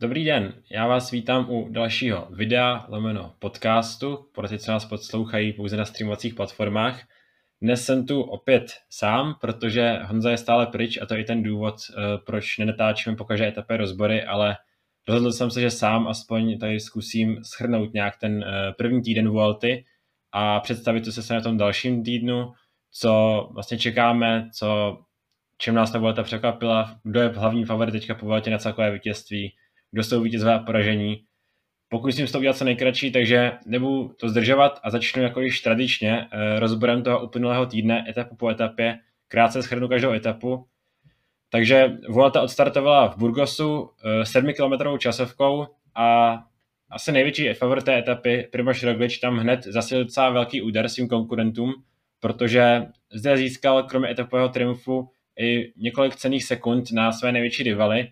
Dobrý den, já vás vítám u dalšího videa lomeno podcastu, pro ty, co nás poslouchají pouze na streamovacích platformách. Dnes jsem tu opět sám, protože Honza je stále pryč a to je i ten důvod, proč nenatáčíme po každé etapě rozbory, ale rozhodl jsem se, že sám aspoň tady zkusím shrnout nějak ten první týden Vuelty a představit, co se stane v tom dalším týdnu, co vlastně čekáme, čem nás ta Vuelta překvapila, kdo je hlavní favorit teďka po Vueltě na celkové vítězství, kdo jsou vítězové a poražení. Pokusím se to udělat co nejkratší, takže nebudu to zdržovat a začnu jako již tradičně rozborem toho uplynulého týdne, etapu po etapě, krátce shrnu každou etapu. Takže Vuelta odstartovala v Burgosu 7-kilometrovou časovkou a asi největší favorit té etapy, Primož Roglič, tam hned zasil docela velký úder svým konkurentům, protože zde získal kromě etapového triumfu i několik cenných sekund na své největší rivaly.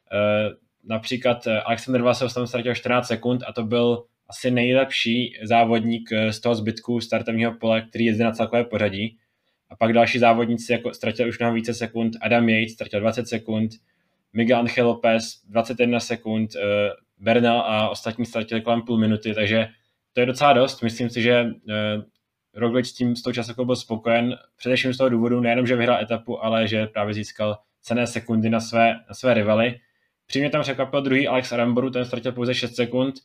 Například Alexander Vlasov tam ztratil 14 sekund a to byl asi nejlepší závodník z toho zbytku startovního pole, který jezdí na celkové pořadí. A pak další závodníci jako ztratil už mnohem více sekund. Adam Yates ztratil 20 sekund, Miguel Angel Lopez 21 sekund, Bernal a ostatní ztratili kolem půl minuty, takže to je docela dost. Myslím si, že Roglič s tou časovkou byl spokojen, především z toho důvodu, nejenom, že vyhrál etapu, ale že právě získal cenné sekundy na své rivaly. Přímě tam překvapil druhý Alex Aramburu, ten ztratil pouze 6 sekund.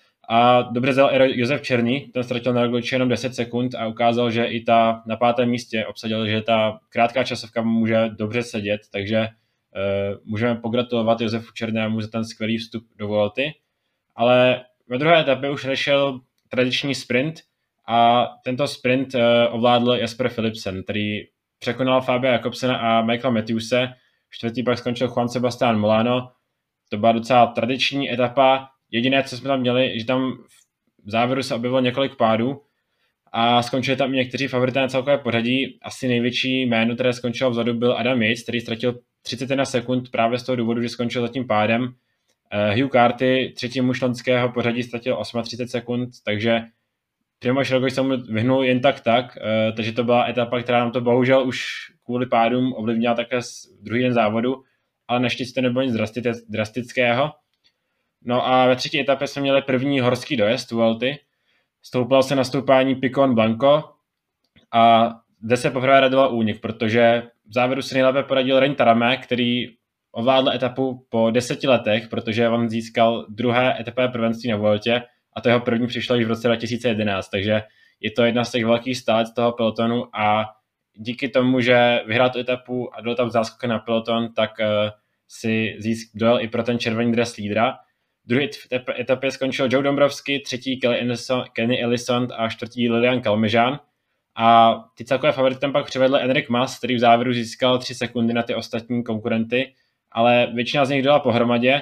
A dobře zel Josef Černý, ten ztratil na Rogliče jenom 10 sekund a ukázal, že i ta na 5. místě obsadil, že ta krátká časovka může dobře sedět, takže můžeme pogratulovat Josefu Černému za ten skvělý vstup do Vuelty. Ale ve druhé etapě už nešel tradiční sprint a tento sprint ovládl Jasper Philipsen, který překonal Fabia Jakobsena a Michaela Matthewse. Čtvrtý pak skončil Juan Sebastián Molano. To byla docela tradiční etapa. Jediné, co jsme tam měli, že tam v závěru se objevilo několik pádů a skončili tam i někteří favorité na celkové pořadí. Asi největší jméno, které skončilo vzadu, byl Adam Yates, který ztratil 31 sekund právě z toho důvodu, že skončil za tím pádem. Hugh Carty, třetí muž loňského pořadí, ztratil 38 sekund, takže Primož Roglič se mu vyhnul jen tak, takže to byla etapa, která nám to bohužel už kvůli pádům ovlivnila také druhý den závodu, ale naštěstí to nebylo nic drastického. No a ve třetí etapě jsme měli první horský dojezd Vuelty. Stoupal se na stoupání Picon Blanco a zde se poprvé radilo únik, protože v závěru si nejlépe poradil Rein Taramé, který ovládl etapu po 10 letech, protože on získal druhé etapové prvenství na Vueltě a to jeho první přišlo již v roce 2011, takže je to jedna z těch velkých stálec toho pelotonu a díky tomu, že vyhrál tu etapu a dal tam záskok na peloton, tak si dojel i pro ten červený dres lídra. Druhý etapě skončil Joe Dombrowski, třetí Kenny Ellison a čtvrtý Lilian Kalmežán. A ty celkové favority tam pak přivedl Enric Mas, který v závěru získal 3 sekundy na ty ostatní konkurenty, ale většina z nich dala pohromadě.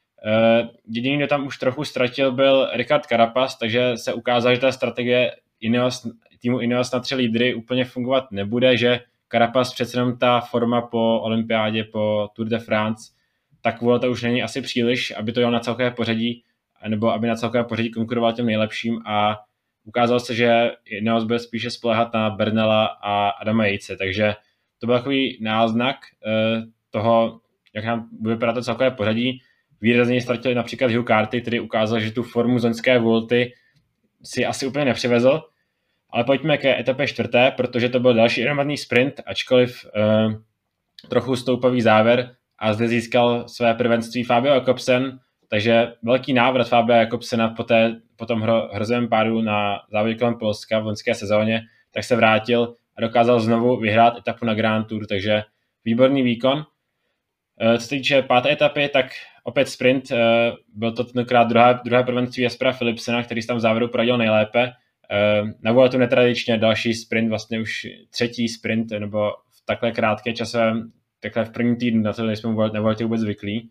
Jediný, kdo tam už trochu ztratil, byl Richard Carapaz, takže se ukázalo, že ta strategie týmu Ineos na 3 lídry úplně fungovat nebude, že Carapaz přece jenom ta forma po olympiádě, po Tour de France, tak Vuelta už není asi příliš, aby to jel na celkové pořadí, nebo aby na celkové pořadí konkuroval těm nejlepším a ukázalo se, že Ineos bude spíše spoléhat na Bernala a Adama Yatese, takže to byl takový náznak toho, jak nám bude vypadat to celkové pořadí. Výrazně ztratili například Hugh Carty, který ukázal, že tu formu z loňské Vuelty si asi úplně nepřivezl. Ale pojďme ke etapě 4, protože to byl další hromadný sprint, ačkoliv trochu stoupavý závěr a zde získal své prvenství Fabio Jakobsen, takže velký návrat Fabia Jakobsena po tom hrozivém pádu na závodě kolem Polska v loňské sezóně, tak se vrátil a dokázal znovu vyhrát etapu na Grand Tour, takže výborný výkon. Co se týče 5. etapy, tak opět sprint, byl to tentokrát druhé prvenství Jaspera Philipsena, který se tam v závěru poradil nejlépe. Na Vueltu netradičně další sprint, vlastně už třetí sprint, nebo v takhle krátké časovém, takhle v první týdnu, na to nejsme na Vueltě vůbec zvyklí.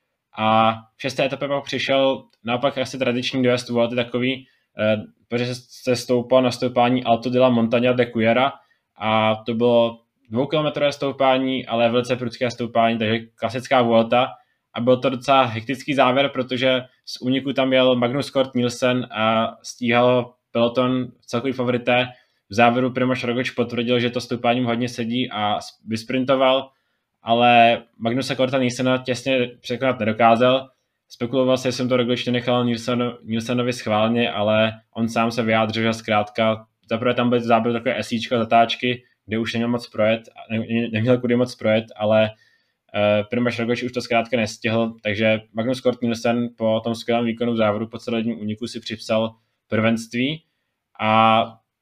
A v 6. etapě pak přišel naopak asi tradiční dojezd Vuelty takový, protože se stoupal na stoupání Alto de la Montaña de Cuera a to bylo 2kilometrové stoupání, ale velice prudké stoupání, takže klasická Vuelta. A byl to docela hektický závěr, protože z úniku tam jel Magnus Cort Nielsen a stíhal peloton celkový favorité. V závěru Primož Roglič potvrdil, že to stoupání mu hodně sedí a vysprintoval, ale Magnusa Corta Nielsena těsně překonat nedokázal Spekuloval se, jestli jsem to Roglič nenechal Nielsenovi schválně, ale on sám se vyjádřil, že zkrátka zaprvé tam byl takové esíčko zatáčky, kde už neměl moc projet, neměl kudy moc projet, ale Primož Roglič už to zkrátka nestihl, takže Magnus Cort Nielsen po tom skvělém výkonu v závodu po celém úniku si připsal prvenství a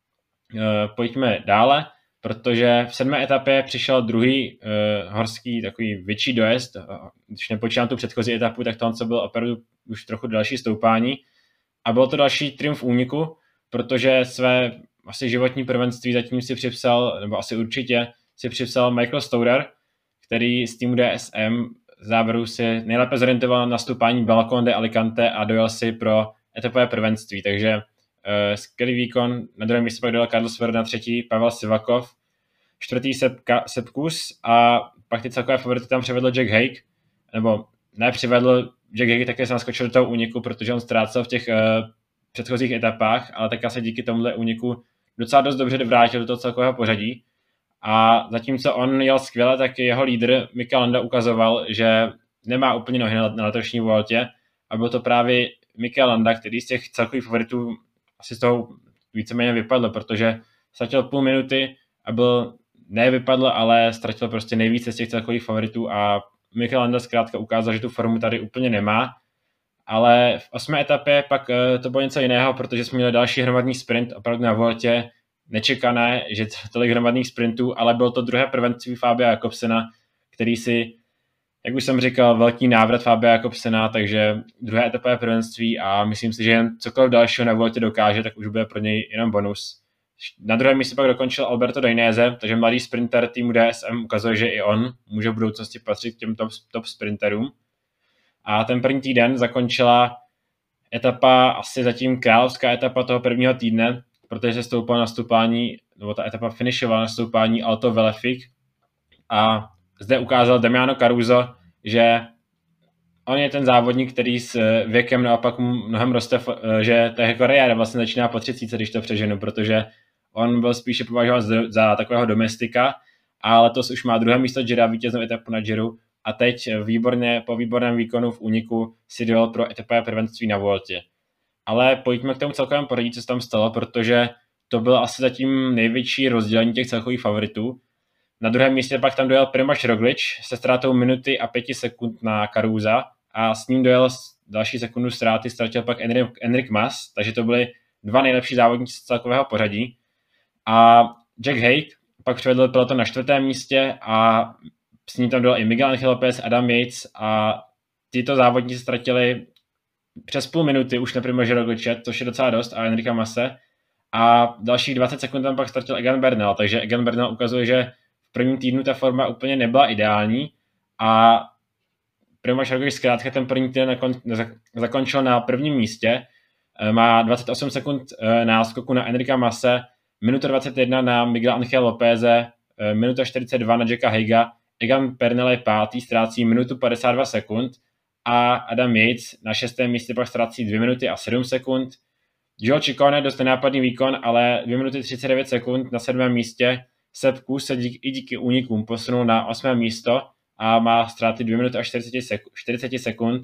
pojďme dále, protože v 7. etapě přišel druhý horský takový větší dojezd. Když nepočítám tu předchozí etapu, tak to byl opravdu už trochu další stoupání a bylo to další triumf úniku, protože své asi životní prvenství zatím si připsal, nebo asi určitě si připsal Michael Stourer, který z týmu DSM v závěru si nejlépe zorientoval na stoupání Balcón de Alicante a dojel si pro etapové prvenství, takže skvělý výkon. Na druhém místě pak dojel Carlos Sver, na třetí Pavel Sivakov, čtvrtý Sepp Kuss a pak ty celkové favority tam přivedl Jack Haig, nebo ne přivedl Jack Haig, také se naskočil do toho úniku, protože on ztrácel v těch předchozích etapách, ale také se díky tomuhle úniku docela dost dobře vrátil do toho celkového pořadí. A zatímco on jel skvěle, tak jeho lídr Mikel Landa ukazoval, že nemá úplně nohy na letošní Vueltě a byl to právě Mikel Landa, který z těch celkových favoritů asi z toho víceméně vypadl, protože ztratil půl minuty a nevypadl, ale ztratil prostě nejvíce z těch celkových favoritů a Mikel Landa zkrátka ukázal, že tu formu tady úplně nemá. Ale v 8. etapě pak to bylo něco jiného, protože jsme měli další hromadný sprint opravdu na Vueltě, nečekané, že tolik hromadných sprintů, ale bylo to druhé prvenství Fabia Jakobsena, který si, jak už jsem říkal, velký návrat Fabia Jakobsena, takže druhé etapové prvenství a myslím si, že jen cokoliv dalšího na Vueltě dokáže, tak už bude pro něj jenom bonus. Na druhém místě pak dokončil Alberto Dainese, takže mladý sprinter týmu DSM ukazuje, že i on může v budoucnosti patřit k těm top sprinterům. A ten první týden zakončila etapa, asi zatím královská etapa toho prvního týdne, protože se stoupal na stoupání, nebo ta etapa finišovala na stoupání Alto Velefik a zde ukázal Damiano Caruso, že on je ten závodník, který s věkem naopak mnohem roste, že ta kariéra vlastně začíná po 30, když to přeženu, protože on byl spíše považován za takového domestika a letos už má druhé místo Gira, vítěznou etapu na Giru a teď po výborném výkonu v úniku si dojel pro etapové prvenství na Vueltě. Ale pojďme k tomu celkovému pořadí, co se tam stalo, protože to bylo asi zatím největší rozdělení těch celkových favoritů. Na druhém místě pak tam dojel Primož Roglič se ztrátou minuty a 5 sekund na Carusa a s ním dojel další sekundu ztráty, ztratil pak Enric Mas, takže to byly dva nejlepší závodníci z celkového pořadí. A Jack Haig pak přivedl peloton na 4. místě a s ním tam dojel i Miguel Angel Lopez, Adam Yates a tyto závodníci ztratili přes půl minuty už na Primože Rogliče, což je docela dost, a Enrica Mase. A dalších 20 sekund tam pak ztratil Egan Bernal, takže Egan Bernal ukazuje, že v prvním týdnu ta forma úplně nebyla ideální a Primož Roglič zkrátka ten první týden zakončil na prvním místě. Má 28 sekund náskoku na Enrica Mase, minuta 21 na Miguel Angel Lopeze, minuta 42 na Jacka Haiga, Egan Bernal je pátý, ztrácí minutu 52 sekund a Adam Yates na 6. místě pak ztrácí 2 minuty a 7 sekund. Joel Ciccone dost nenápadný výkon, ale 2 minuty 39 sekund na 7. místě. Sepp Kuss se i díky únikům posunul na 8. místo a má ztráty 2 minuty a 40 sekund.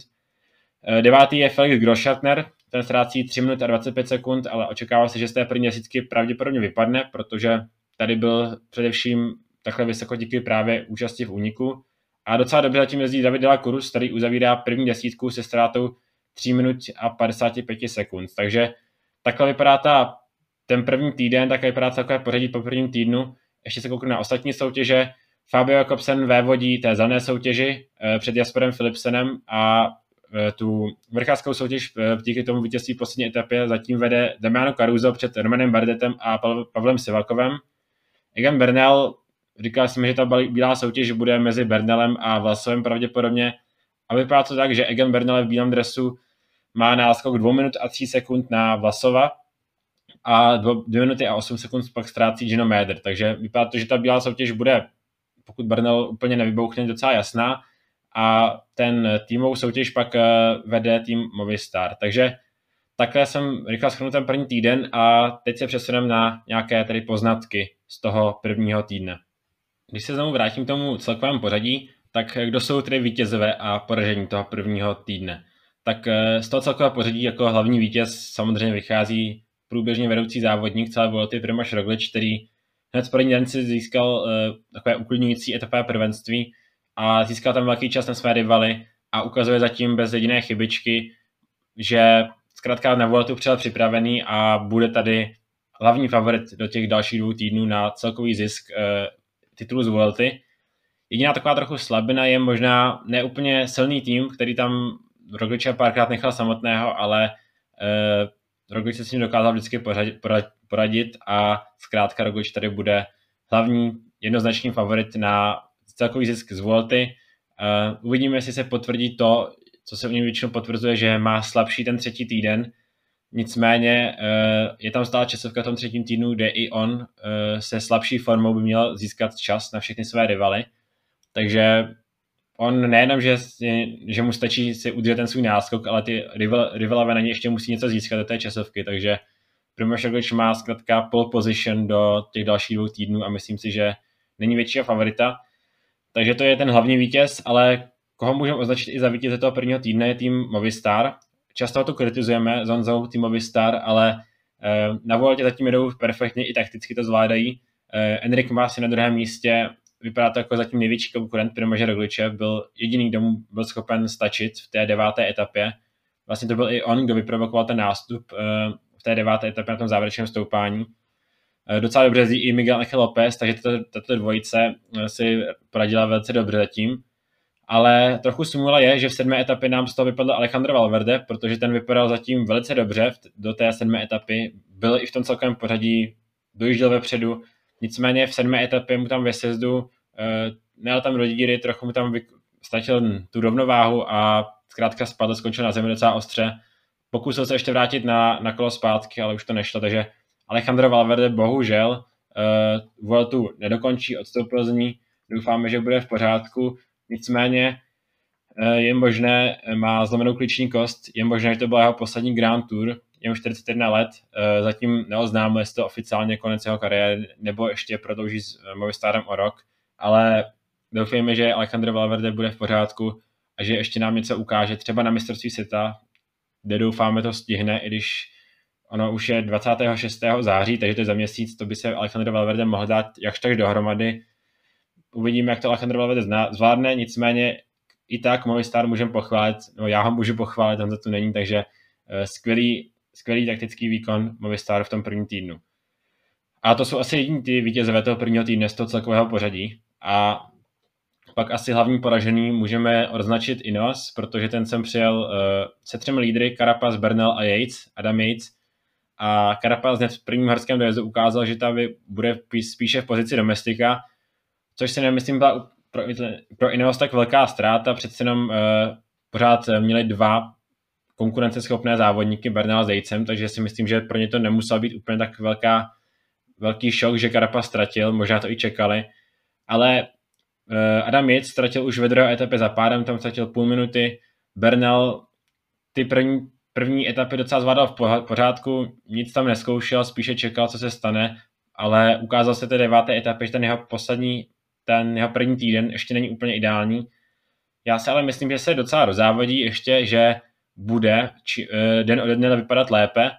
9. je Felix Grossschartner, ten ztrácí 3 minuty a 25 sekund, ale očekává se, že z té první desítky pravděpodobně vypadne, protože tady byl především takhle vysoko díky právě účasti v úniku. A docela dobře zatím jezdí David de la Cruz, který uzavírá první desítku se ztrátou 3 minut a 55 sekund. Takže takhle vypadá ten první týden, takhle vypadá takové pořadí po prvním týdnu. Ještě se kouknu na ostatní soutěže. Fabio Jakobsen vévodí té zelené soutěži před Jasperem Philipsenem a tu vrchářskou soutěž díky tomu vítězství v poslední etapě zatím vede Damiano Caruso před Romanem Bardettem a Pavlem Sivakovem. Egan Bernal, říkal jsem, že ta bílá soutěž bude mezi Bernalem a Vlasovem pravděpodobně. A vypadá to tak, že Egan Bernal v bílém dresu má náskok 2 minut a 3 sekund na Vlasova a 2 minuty a 8 sekund pak ztrácí Gino Mäder. Takže vypadá to, že ta bílá soutěž bude, pokud Bernal úplně nevybouchne, docela jasná. A ten týmovou soutěž pak vede tým Movistar. Takže takhle jsem rychle shrnul ten první týden a teď se přesuneme na nějaké tedy poznatky z toho prvního týdne. Když se znovu vrátím k tomu celkovému pořadí, tak kdo jsou tedy vítězové a poražení toho prvního týdne? tak z toho celkového pořadí jako hlavní vítěz samozřejmě vychází průběžně vedoucí závodník celé Vuelty Primož Roglič, který hned v první den si získal takové uklidňující etapové prvenství a získal tam velký čas na své rivaly a ukazuje zatím bez jediné chybičky, že zkrátka na Vueltu přijel připravený a bude tady hlavní favorit do těch dalších 2 týdnů na celkový zisk titulu z Vuelty. Jediná taková trochu slabina je možná neúplně silný tým, který tam Rogliče párkrát nechal samotného, ale Roglič se s ním dokázal vždycky poradit a zkrátka Roglič tady bude hlavní jednoznačný favorit na celkový zisk z Vuelty. Uvidíme, jestli se potvrdí to, co se u něj většinou potvrzuje, že má slabší ten 3. týden. Nicméně je tam stále časovka v tom 3. týdnu, kde i on se slabší formou by měl získat čas na všechny své rivaly. Takže on nejenom, že mu stačí si udržet ten svůj náskok, ale ty rivalové na něj ještě musí něco získat do té časovky, takže Primož Roglič má zkrátka pole position do těch dalších 2 týdnů a myslím si, že není většího favorita. Takže to je ten hlavní vítěz, ale koho můžeme označit i za vítěze toho prvního týdne je tým Movistar. Často to kritizujeme s Honzou, tým Movistar, ale na Vueltě zatím jedou perfektně, i takticky to zvládají. Enric Mas je na 2. místě, vypadá to jako zatím největší konkurent Primože Rogliče, byl jediný, kdo mu byl schopen stačit v té 9. etapě. Vlastně to byl i on, kdo vyprovokoval ten nástup v té 9. etapě na tom závěrečném stoupání. Docela dobře jezdí i Miguel Angel Lopez, takže tato dvojice si poradila velice dobře zatím. Ale trochu smůla je, že v 7. etapě nám z toho vypadl Alejandro Valverde, protože ten vypadal zatím velice dobře do té 7. etapy. Byl i v tom celkovém pořadí, dojížděl vepředu. Nicméně v 7. etapě mu tam ve sjezdu nejel tam do díry, trochu mu tam ztratil tu rovnováhu a zkrátka spadl, skončil na zemi docela ostře. Pokusil se ještě vrátit na kolo zpátky, ale už to nešlo, takže Alejandro Valverde bohužel Vueltu nedokončí, odstoupil z ní. Doufáme, že bude v pořádku. Nicméně je možné, má zlomenou klíční kost, je možné, že to byla jeho poslední Grand Tour, je mu 41 let, zatím neoznámil, jestli to oficiálně konec jeho kariéry, nebo ještě prodlouží s Movistarem o rok, ale doufejme, že Alejandro Valverde bude v pořádku a že ještě nám něco ukáže, třeba na mistrovství světa, kde doufáme to stihne, i když ono už je 26. září, takže to je za měsíc, to by se Alejandro Valverde mohl dát jakž tak dohromady. Uvidíme, jak to Alejandro Valverde zvládne, nicméně i tak Movistar můžeme pochválit, no já ho můžu pochválit, on to tu není, takže skvělý taktický výkon Movistar v tom prvním týdnu. A to jsou asi jediní ty vítězové toho prvního týdne z toho celkového pořadí. A pak asi hlavní poražený můžeme označit Ineos, protože ten sem přijel se 3 lídry, Carapaz, Bernal a Adam Yates. A Carapaz hned v prvním horském dojezdu ukázal, že ta bude spíše v pozici domestika, což si nemyslím byla pro Ineos tak velká ztráta, přece jenom pořád měli 2 konkurenceschopné závodníky, Bernal s Yatesem, takže si myslím, že pro ně to nemusel být úplně tak velký šok, že Carapaz ztratil, možná to i čekali, ale Adam Yates ztratil už ve 2. etapě za pádem, tam ztratil půl minuty, Bernal ty první etapy docela zvládal v pořádku, nic tam neskoušel, spíše čekal, co se stane, ale ukázal se té 9. etapě, že ten jeho první týden ještě není úplně ideální. Já si ale myslím, že se docela rozávodí ještě, že bude den ode dne vypadat lépe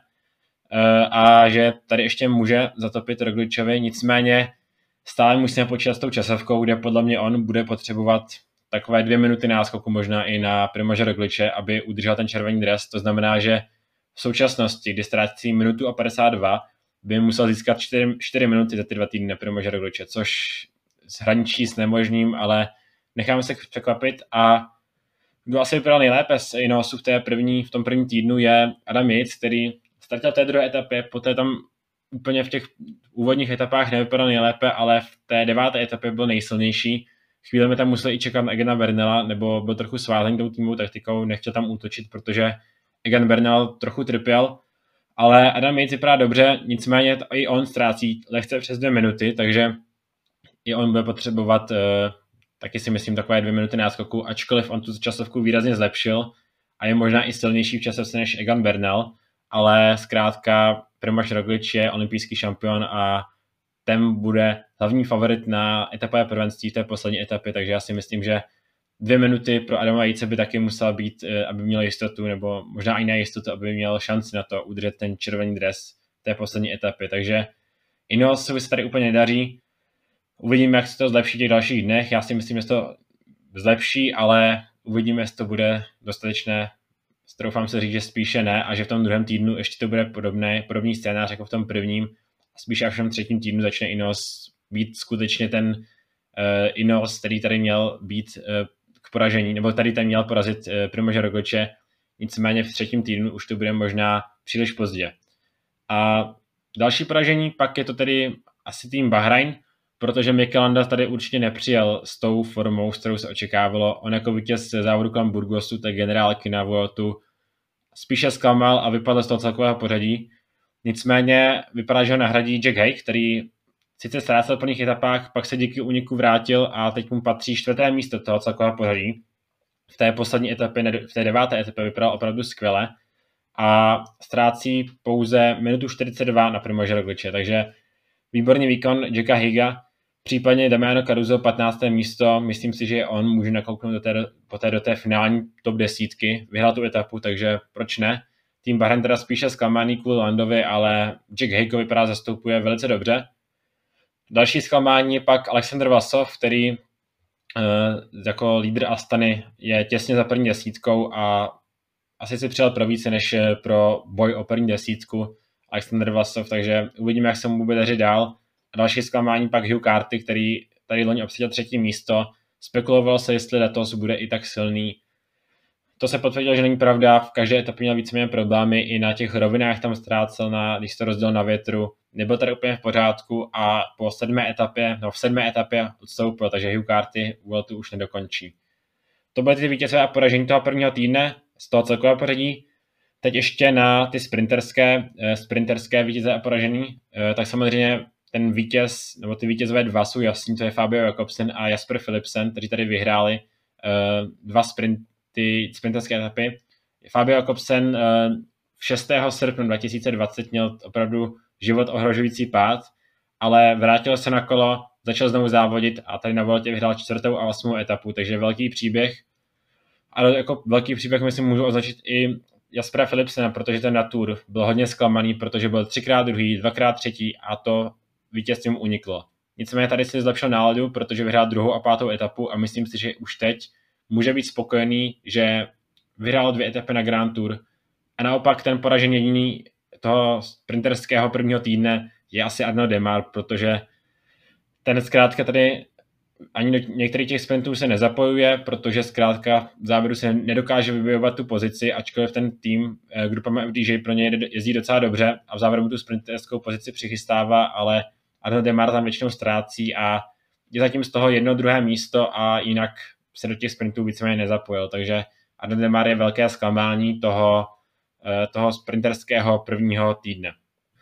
a že tady ještě může zatopit Rogličovi, nicméně stále musíme počítat s tou časovkou, kde podle mě on bude potřebovat takové 2 minuty náskoku možná i na Primože Rogliče, aby udržel ten červený dres. To znamená, že v současnosti, kdy ztrácí minutu a 52, by musel získat 4 minuty za ty 2 týdny na Primože Rogliče, což hraničí s nemožným, ale necháme se překvapit. A kdo asi vypadal nejlépe z Ineosu v tom prvním týdnu je Adam Yates, který ztratil v té 2. etapě, poté tam úplně v těch úvodních etapách nevypadal nejlépe, ale v té 9. etapě byl nejsilnější. Chvíli tam museli i čekat na Egana Bernala, nebo byl trochu svázaný tou týmovou taktikou, nechtěl tam útočit, protože Egan Bernal trochu trpěl, ale Adam Yates vypadá dobře, nicméně i on ztrácí lehce přes 2 minuty, takže i on bude potřebovat taky si myslím takové 2 minuty náskoku, ačkoliv on tu časovku výrazně zlepšil a je možná i silnější v časovce než Egan Bernal, ale zkrátka Primož Roglič je olympijský šampion a ten bude hlavní favorit na etapové prvenství v té poslední etapě, takže já si myslím, že 2 minuty pro Adama Yates by taky musela být, aby měl jistotu, nebo možná i nejistotu, aby měl šanci na to udržet ten červený dres v té poslední etapě. Takže Ineosovi se tady úplně nedaří. Uvidíme, jak se to zlepší v těch dalších dnech. Já si myslím, že se to zlepší, ale uvidíme, jestli to bude dostatečné. Troufám se říct, že spíše ne a že v tom druhém týdnu ještě to bude podobný scénář jako v tom prvním. Spíše až v tom třetím týdnu začne Ineos být skutečně ten Ineos, který tady měl být k poražení, nebo tady ten měl porazit Primože Rogliče. Nicméně v třetím týdnu už to bude možná příliš pozdě. A další poražení, pak je to tedy asi tým Bahrain, protože Mikel Landa tady určitě nepřijel s tou formou, s kterou se očekávalo. On jako vítěz závodu kolem Burgosu, tak generál na Vueltu spíše zklamal a vypadl z toho celkového pořadí. Nicméně vypadá, že ho nahradí Jack Haig, který sice ztrácel po nich etapách, pak se díky úniku vrátil a teď mu patří 4. místo toho celkového pořadí. V té poslední etapě, v té 9. etapě vypadal opravdu skvěle a ztrácí pouze minutu 42 na Primože Rogliče, takže výborný výkon Jacka Haiga, případně Damiano Caruso 15. místo, myslím si, že on může nakouknout do té finální top 10, vyhrál tu etapu, takže proč ne? Tým Bahrain teda spíše zklamaný kvůli Landovi, ale Jack Haig vypadá zastupuje velice dobře. Další zklamání je pak Alexander Vlasov, který jako lídr Astany je těsně za první desítkou a asi si přijel pro více než pro boj o první desítku Alexander Vlasov, takže uvidíme, jak se mu bude dařit dál. A další zklamání pak Hugh Carty, který tady loni obsadil 3. místo. Spekulovalo se, jestli letos bude i tak silný. To se potvrdilo, že není pravda, v každé etapě měl víceméně problémy, i na těch rovinách tam ztrácel, když to rozdělil na větru. Nebyl tady úplně v pořádku a v 7. etapě odstoupil, takže Hugh Carty Vueltu už nedokončí. To byly ty vítězové a poražení toho prvního týdne z toho celkového pořadí. Teď ještě na ty sprinterské vítěze a poražení, tak samozřejmě ten vítěz, nebo ty vítězové dva jsou jasní, to je Fabio Jakobsen a Jasper Philipsen, kteří tady vyhráli dva sprinterské etapy. Fabio Jakobsen 6. srpna 2020 měl opravdu život ohrožující pád, ale vrátil se na kolo, začal znovu závodit a tady na Vueltě vyhrál 4. a 8. etapu, takže velký příběh. Ale jako velký příběh myslím můžu označit i Jaspera Philipsena, protože ten na Tour byl hodně zklamaný, protože byl 3x druhý, 2x třetí a to vítězství mu uniklo. Nicméně tady si zlepšil náladu, protože vyhrál 2. a 5. etapu a myslím si, že už teď může být spokojený, že vyhrál 2 etapy na Grand Tour. A naopak ten poražen jediný toho sprinterského prvního týdne je asi Arnaud Démare, protože ten zkrátka tady ani do některých těch sprintů se nezapojuje, protože zkrátka v závěru se nedokáže vybojovat tu pozici, ačkoliv ten tým Groupama FDJ pro ně jezdí docela dobře a v závěru mu tu sprinterskou pozici přichystává, ale Arnaud Démare tam většinou ztrácí a je zatím z toho 1. 2. místo a jinak se do těch sprintů víceméně nezapojil, takže Arnaud Démare je velké zklamání toho sprinterského prvního týdne.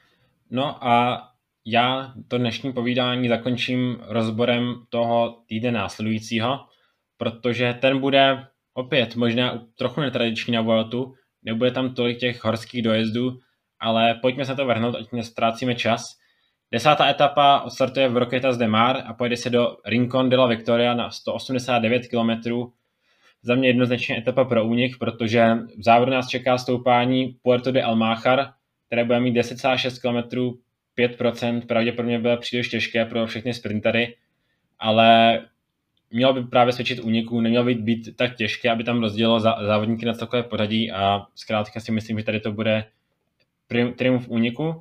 No a já to dnešní povídání zakončím rozborem toho týdne následujícího, protože ten bude opět možná trochu netradiční na Vueltu, nebude tam tolik těch horských dojezdů, ale pojďme se na to vrhnout, ať neztrácíme čas. 10. etapa odstartuje v Roquetas de Mar a pojede se do Rincón de la Victoria na 189 km. Za mě jednoznačně etapa pro únik, protože v závodu nás čeká stoupání Puerto de Almáchar, které bude mít 10,6 km, 5%, pravděpodobně bylo příliš těžké pro všechny sprintery, ale mělo by právě svědčit úniku, nemělo by být tak těžké, aby tam rozdělilo závodníky na takové pořadí a zkrátka si myslím, že tady to bude triumf úniku.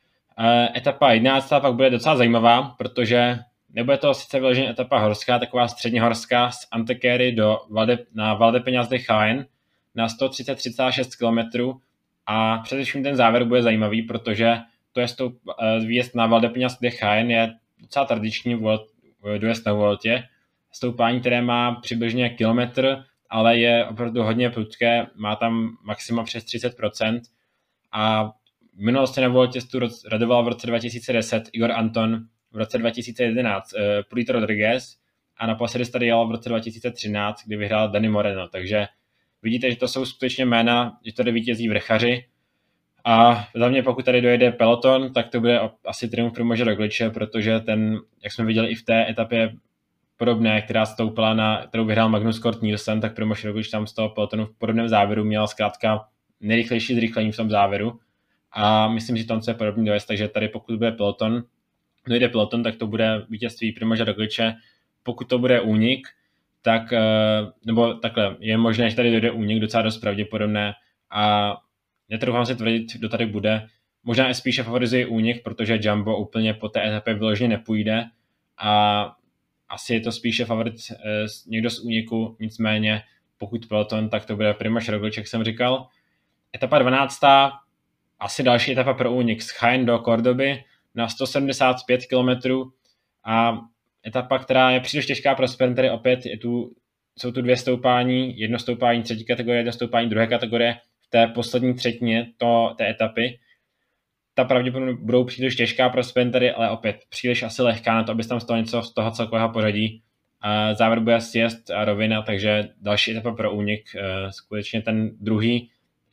Etapa 11. pak bude docela zajímavá, protože nebude to sice vyloženě etapa horská, taková středně horská z Antequery na Valdepeñas de Jaén na 136 km a především ten závěr bude zajímavý, protože to je výjezd na Valdepeñas de Jaén je docela tradiční dojezd na Vueltě. Stoupání, které má přibližně kilometr, ale je opravdu hodně prudké, má tam maxima přes 30% a v minulosti na Vueltě radoval v roce 2010 Igor Anton, v roce 2011 Pruito Rodriguez a naposledy tady jel v roce 2013, kdy vyhrál Dani Moreno, takže vidíte, že to jsou skutečně jména, že tady vítězí vrchaři. A za mě, pokud tady dojede peloton, tak to bude asi triumf Primože Rogliče, protože ten, jak jsme viděli i v té etapě podobné, kterou vyhrál Magnus Cort Nielsen, tak Primož Roglič tam z toho pelotonu v podobném závěru měl zkrátka nejrychlejší zrychlení v tom závěru a myslím, že tam se podobný dojezd, takže tady pokud bude dojde peloton, tak to bude vítězství Primože Rogliče. Pokud to bude únik, tak, nebo takhle, je možné, že tady dojde únik, docela dost pravděpodobné a netroufám si tvrdit, kdo tady bude. Možná i spíše favorizuje únik, protože Jumbo úplně po té etapě vyloženě nepůjde a asi je to spíše favorit někdo z úniku, nicméně pokud peloton, tak to bude Primož Roglič, jak jsem říkal. Etapa 12. Asi další etapa pro únik z Jaén do Cordoby na 175 km a etapa, která je příliš těžká pro sprintery, opět jsou tu 2 stoupání, jedno stoupání třetí kategorie, jedno stoupání druhé kategorie v té poslední třetině té etapy. Ta pravděpodobně budou příliš těžká pro sprintery, ale opět příliš asi lehká na to, aby tam stalo něco z toho celkového pořadí. Závěr bude sjezd a rovina, takže další etapa pro únik. Skutečně ten druhý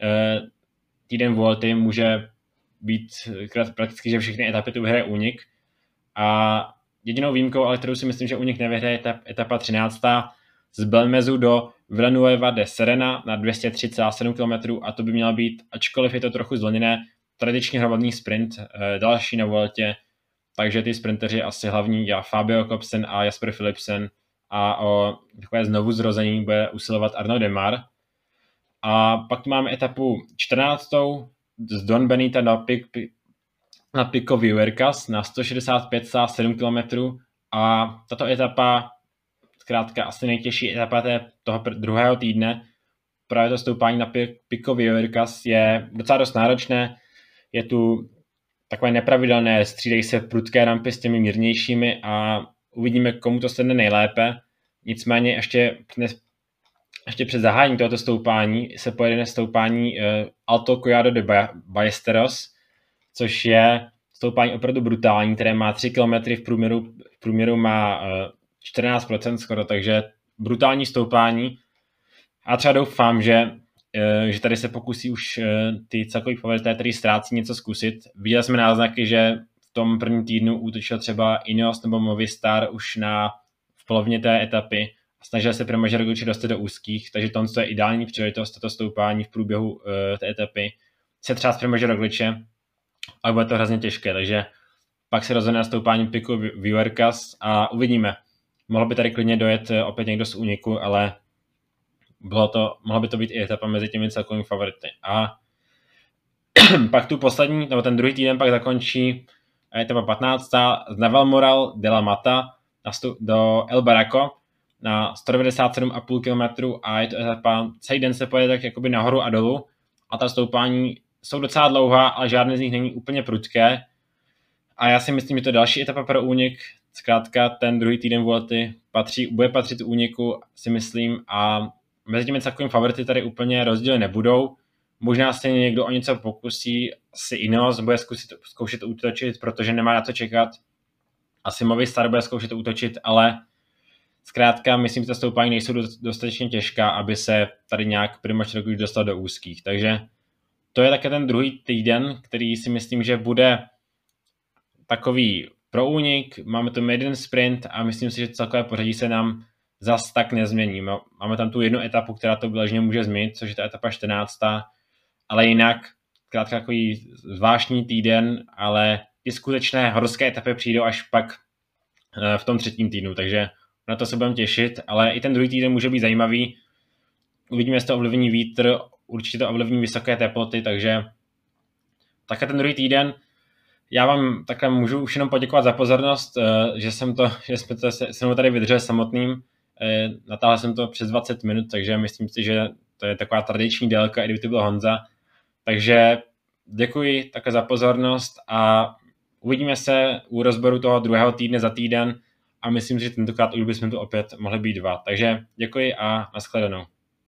týden Vuelty může být prakticky, že všechny etapy tu vyhraje únik. A jedinou výjimkou, ale kterou si myslím, že únik nevyhraje, je etapa 13. z Belmezu do Villanueva de Serena na 203,7 km a to by měla být, ačkoliv je to trochu zvlněné, tradičně hromadný sprint, další na Vueltě, takže ty sprinteři asi hlavní Fabio Jakobsen a Jasper Philipsen a o takové znovu zrození bude usilovat Arnaud Démare. A pak tu máme etapu 14. z Don Benita na Pico Viuercas na 165,7 km a tato etapa, zkrátka asi nejtěžší etapa toho druhého týdne, právě to stoupání na Pico Viuercas je docela dost náročné, je tu takové nepravidelné, střídají se prudké rampy s těmi mírnějšími a uvidíme, komu to sedne nejlépe. Nicméně ještě před zahájením tohoto stoupání se pojede stoupání Alto Collado de Ballesteros, což je stoupání opravdu brutální, které má 3 km v průměru má 14% skoro, takže brutální stoupání. A třeba doufám, že tady se pokusí už ty celkový favorité, který ztrácí, něco zkusit. Viděli jsme náznaky, že v tom prvním týdnu útočil třeba Ineos nebo Movistar už v polovině té etapy a snažil se Primož Roglič dostat do úzkých, takže to je ideální příležitost, toto stoupání v průběhu té etapy se třeba z Primože Rogliče, ale bude to hrozně těžké, takže pak se rozhodne na stoupání Pico Viuercas a uvidíme. Mohlo by tady klidně dojet opět někdo z úniku, ale mohla by to být i etapa mezi těmi celkovými favority. A pak tu poslední, nebo ten druhý týden pak zakončí etapa 15. z Navalmoral de la Mata do El Barraco na 197,5 km a je to etapa, celý den se pojede tak jakoby nahoru a dolů a ta stoupání jsou docela dlouhá, ale žádné z nich není úplně prudké. A já si myslím, že to další etapa pro únik, zkrátka ten druhý týden Vuelty bude patřit úniku, si myslím, a mezi těmi takovými favority tady úplně rozdíly nebudou. Možná se někdo o něco pokusí, asi Ineos bude zkoušet útočit, protože nemá na to čekat. Asi Movistar bude zkoušet útočit, ale zkrátka myslím, že ta stoupání nejsou dostatečně těžká, aby se tady nějak Primož Roglič dostal do úzkých. Takže to je také ten druhý týden, který si myslím, že bude takový pro únik. Máme tu jeden sprint a myslím si, že celkové pořadí se nám zas tak nezmění. Máme tam tu jednu etapu, která to vyloženě může změnit, což je ta etapa 14. Ale jinak, zkrátka takový zvláštní týden, ale ty skutečné horské etapy přijdou až pak v tom třetím týdnu, takže na to se budeme těšit, ale i ten druhý týden může být zajímavý. Uvidíme, jestli to ovlivní vítr, určitě to ovlivní vysoké teploty, takže také ten druhý týden. Já vám takhle můžu už jenom poděkovat za pozornost, že jsme to se mnou tady vydrželi samotným. Natáhl jsem to přes 20 minut, takže myslím si, že to je taková tradiční délka, i kdyby to byl Honza. Takže děkuji také za pozornost a uvidíme se u rozboru toho druhého týdne za týden a myslím si, že tentokrát už bychom tu opět mohli být 2. Takže děkuji a nashledanou.